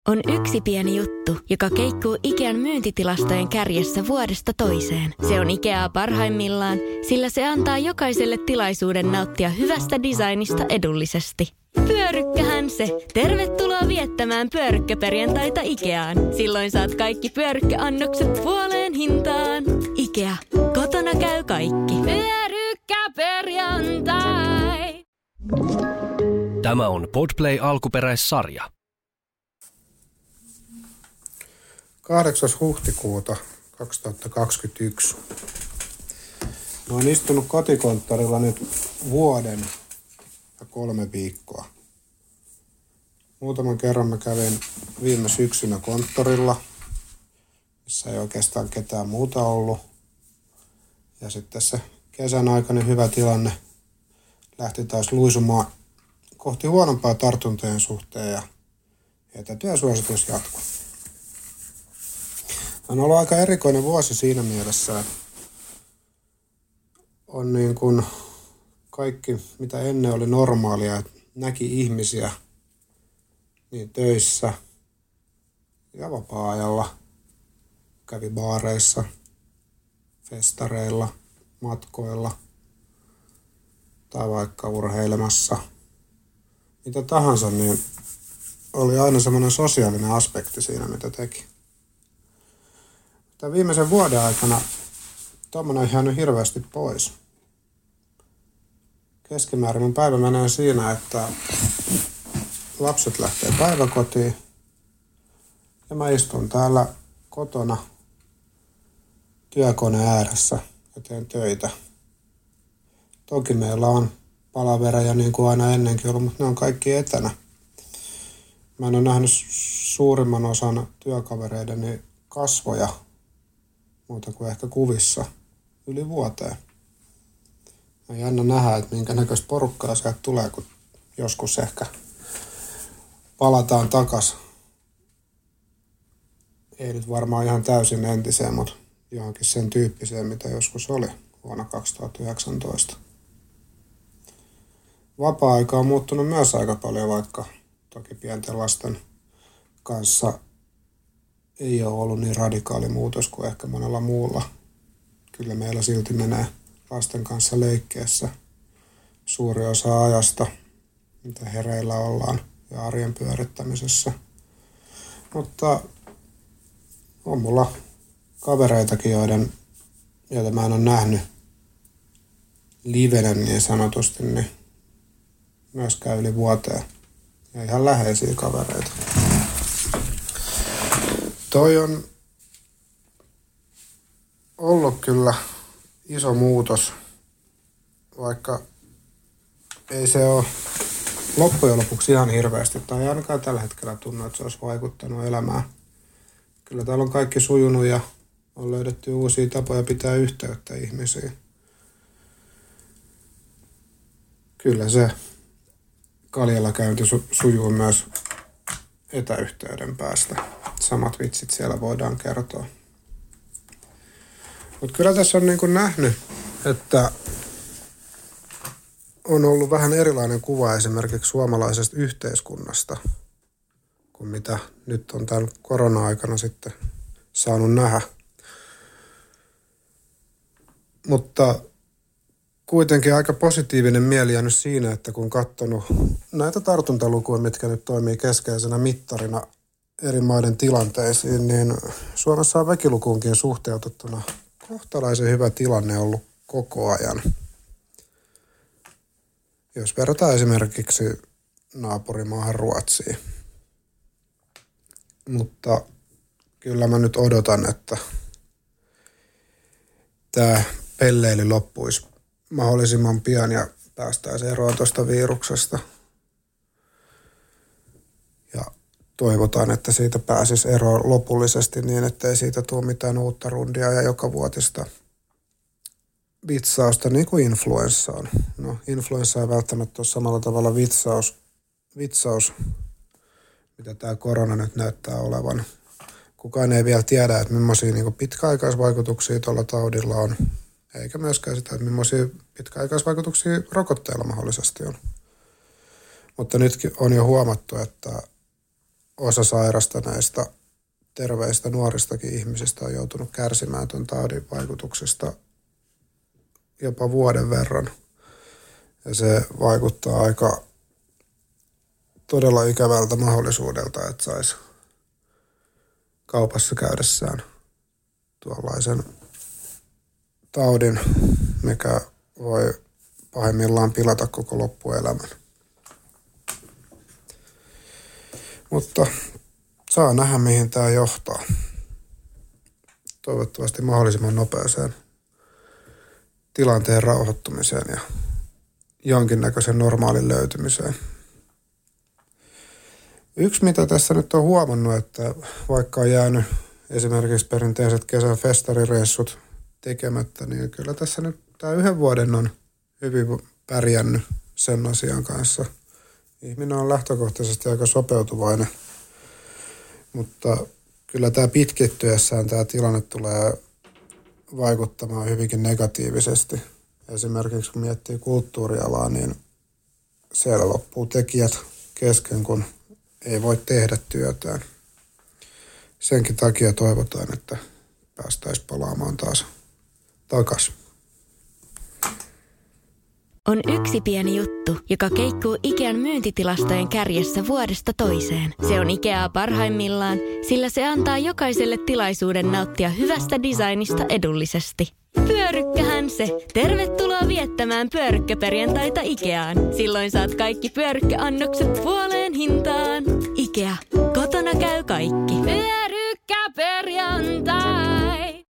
On yksi pieni juttu, joka keikkuu Ikean myyntitilastojen kärjessä vuodesta toiseen. Se on Ikeaa parhaimmillaan, sillä se antaa jokaiselle tilaisuuden nauttia hyvästä designista edullisesti. Pyörykkähän se! Tervetuloa viettämään pyörykkäperjantaita Ikeaan. Silloin saat kaikki pyörykkäannokset puoleen hintaan. Ikea. Kotona käy kaikki. Pyörykkäperjantai! Tämä on Podplay alkuperäissarja. 8. huhtikuuta 2021. Mä oon istunut kotikonttorilla nyt vuoden ja 3 viikkoa. Muutaman kerran mä kävin viime syksynä konttorilla, missä ei oikeastaan ketään muuta ollut. Ja sitten se kesän aikainen hyvä tilanne lähti taas luisumaan kohti huonompaa tartuntojen suhteen ja etätyösuositus jatkuu. On ollut aika erikoinen vuosi siinä mielessä, että on niin kuin kaikki, mitä ennen oli normaalia, että näki ihmisiä niin töissä ja vapaa-ajalla, kävi baareissa, festareilla, matkoilla tai vaikka urheilemassa. Mitä tahansa, niin oli aina semmoinen sosiaalinen aspekti siinä, mitä teki. Tämän viimeisen vuoden aikana tommoinen on jäänyt hirveästi pois. Keskimäärin mun päivä menee siinä, että lapset lähtee päiväkotiin ja mä istun täällä kotona työkoneen ääressä ja teen töitä. Toki meillä on palavereja niin kuin aina ennenkin ollut, mutta ne on kaikki etänä. Mä en ole nähnyt suurimman osan työkavereideni kasvoja muuta kuin ehkä kuvissa yli vuoteen. On jännä nähdä, että minkä näköistä porukkaa sieltä tulee, kun joskus ehkä palataan takas. Ei nyt varmaan ihan täysin entiseen, mutta johonkin sen tyyppiseen, mitä joskus oli vuonna 2019. Vapaa-aika on muuttunut myös aika paljon, vaikka toki pienten lasten kanssa ei ole ollut niin radikaali muutos kuin ehkä monella muulla. Kyllä meillä silti menee lasten kanssa leikkeessä suuri osa ajasta, mitä hereillä ollaan ja arjen pyörittämisessä. Mutta on mulla kavereitakin, joita mä en ole nähnyt livenä niin sanotusti, niin myöskään yli vuoteen. Ja ihan läheisiä kavereita. Toi on ollut kyllä iso muutos, vaikka ei se ole loppujen lopuksi ihan hirveästi, tai ainakaan tällä hetkellä tunnu, että se olisi vaikuttanut elämään. Kyllä täällä on kaikki sujunut ja on löydetty uusia tapoja pitää yhteyttä ihmisiin. Kyllä se kaljalla käynti sujuu myös etäyhteyden päästä. Samat vitsit siellä voidaan kertoa. Mutta kyllä tässä on niin kuin nähnyt, että on ollut vähän erilainen kuva esimerkiksi suomalaisesta yhteiskunnasta kuin mitä nyt on tämän korona-aikana sitten saanut nähdä. Mutta kuitenkin aika positiivinen mieli jäänyt siinä, että kun katsonut näitä tartuntalukuja, mitkä nyt toimii keskeisenä mittarina eri maiden tilanteisiin, niin Suomessa on väkilukuunkin suhteutettuna kohtalaisen hyvä tilanne ollut koko ajan. Jos verrataan esimerkiksi naapurimaahan Ruotsiin. Mutta kyllä mä nyt odotan, että tämä pelleili loppuisi mahdollisimman pian ja päästäisiin eroon tuosta viruksesta. Ja toivotaan, että siitä pääsisi eroon lopullisesti niin, ettei siitä tule mitään uutta rundia ja jokavuotista vitsausta niin kuin influenssaan. No, influenssa ei välttämättä ole samalla tavalla vitsaus, mitä tämä korona nyt näyttää olevan. Kukaan ei vielä tiedä, että millaisia niin kuin pitkäaikaisvaikutuksia tuolla taudilla on, eikä myöskään sitä, että millaisia pitkäaikaisvaikutuksia rokotteilla mahdollisesti on. Mutta nytkin on jo huomattu, että osa sairastaneista terveistä nuoristakin ihmisistä on joutunut kärsimään tuon taudin vaikutuksesta jopa vuoden verran. Ja se vaikuttaa aika todella ikävältä mahdollisuudelta, että saisi kaupassa käydessään tuollaisen taudin, mikä voi pahimmillaan pilata koko loppuelämän. Mutta saa nähdä, mihin tämä johtaa. Toivottavasti mahdollisimman nopeaseen tilanteen rauhoittumiseen ja jonkinnäköisen normaalin löytymiseen. Yksi, mitä tässä nyt on huomannut, että vaikka on jäänyt esimerkiksi perinteiset kesän festarireissut tekemättä, niin kyllä tässä nyt tämä 1 vuoden on hyvin pärjännyt sen asian kanssa. Ihminen on lähtökohtaisesti aika sopeutuvainen, mutta kyllä tämä pitkittyessään tämä tilanne tulee vaikuttamaan hyvinkin negatiivisesti. Esimerkiksi kun miettii kulttuurialaa, niin siellä loppuu tekijät kesken, kun ei voi tehdä työtään. Senkin takia toivotaan, että päästäisiin palaamaan taas takaisin. On yksi pieni juttu, joka keikkuu Ikean myyntitilastojen kärjessä vuodesta toiseen. Se on Ikeaa parhaimmillaan, sillä se antaa jokaiselle tilaisuuden nauttia hyvästä designista edullisesti. Pyörykkähän se! Tervetuloa viettämään pyörykkäperjantaita Ikeaan. Silloin saat kaikki pyörykkäannokset puoleen hintaan. Ikea. Kotona käy kaikki. Pyörykkäperjantai!